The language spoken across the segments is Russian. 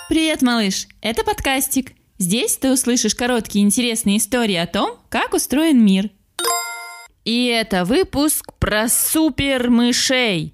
Привет, малыш! Это подкастик. Здесь ты услышишь короткие интересные истории о том, как устроен мир. И это выпуск про супермышей.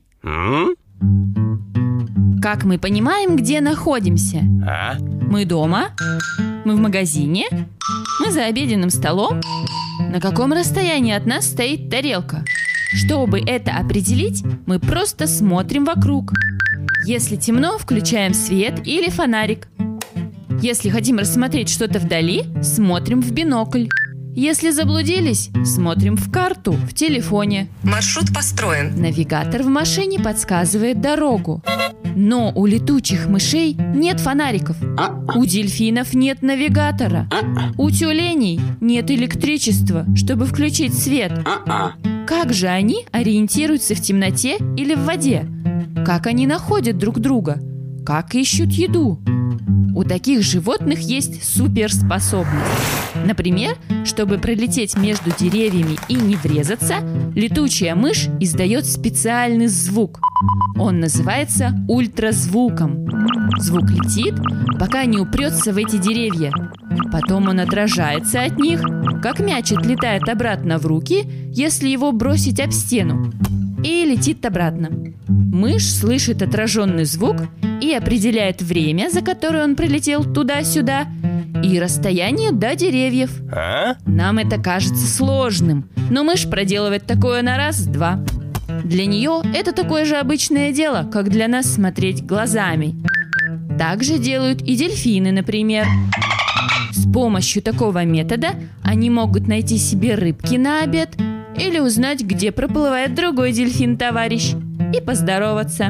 Как мы понимаем, где находимся? Мы дома? Мы в магазине? Мы за обеденным столом? На каком расстоянии от нас стоит тарелка? Чтобы это определить, мы просто смотрим вокруг. Если темно, включаем свет или фонарик. Если хотим рассмотреть что-то вдали, смотрим в бинокль. Если заблудились, смотрим в карту в телефоне. Маршрут построен. Навигатор в машине подсказывает дорогу. Но у летучих мышей нет фонариков. У дельфинов нет навигатора. У тюленей нет электричества, чтобы включить свет. Как же они ориентируются в темноте или в воде? Как они находят друг друга? Как ищут еду? У таких животных есть суперспособность. Например, чтобы пролететь между деревьями и не врезаться, летучая мышь издает специальный звук. Он называется ультразвуком. Звук летит, пока не упрется в эти деревья. Потом он отражается от них, как мяч отлетает обратно в руки, если его бросить об стену, и летит обратно. Мышь слышит отраженный звук и определяет время, за которое он пролетел туда-сюда, и расстояние до деревьев. Нам это кажется сложным, но мышь проделывает такое на раз-два. Для нее это такое же обычное дело, как для нас смотреть глазами. Так же делают и дельфины, например. С помощью такого метода они могут найти себе рыбки на обед или узнать, где проплывает другой дельфин-товарищ, и поздороваться.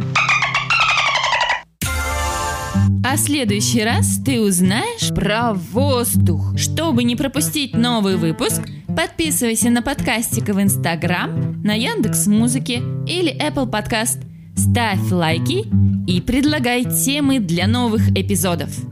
А в следующий раз ты узнаешь про воздух. Чтобы не пропустить новый выпуск, подписывайся на подкастик в Инстаграм, на Яндекс.Музыке или Apple Podcast. Ставь лайки и предлагай темы для новых эпизодов.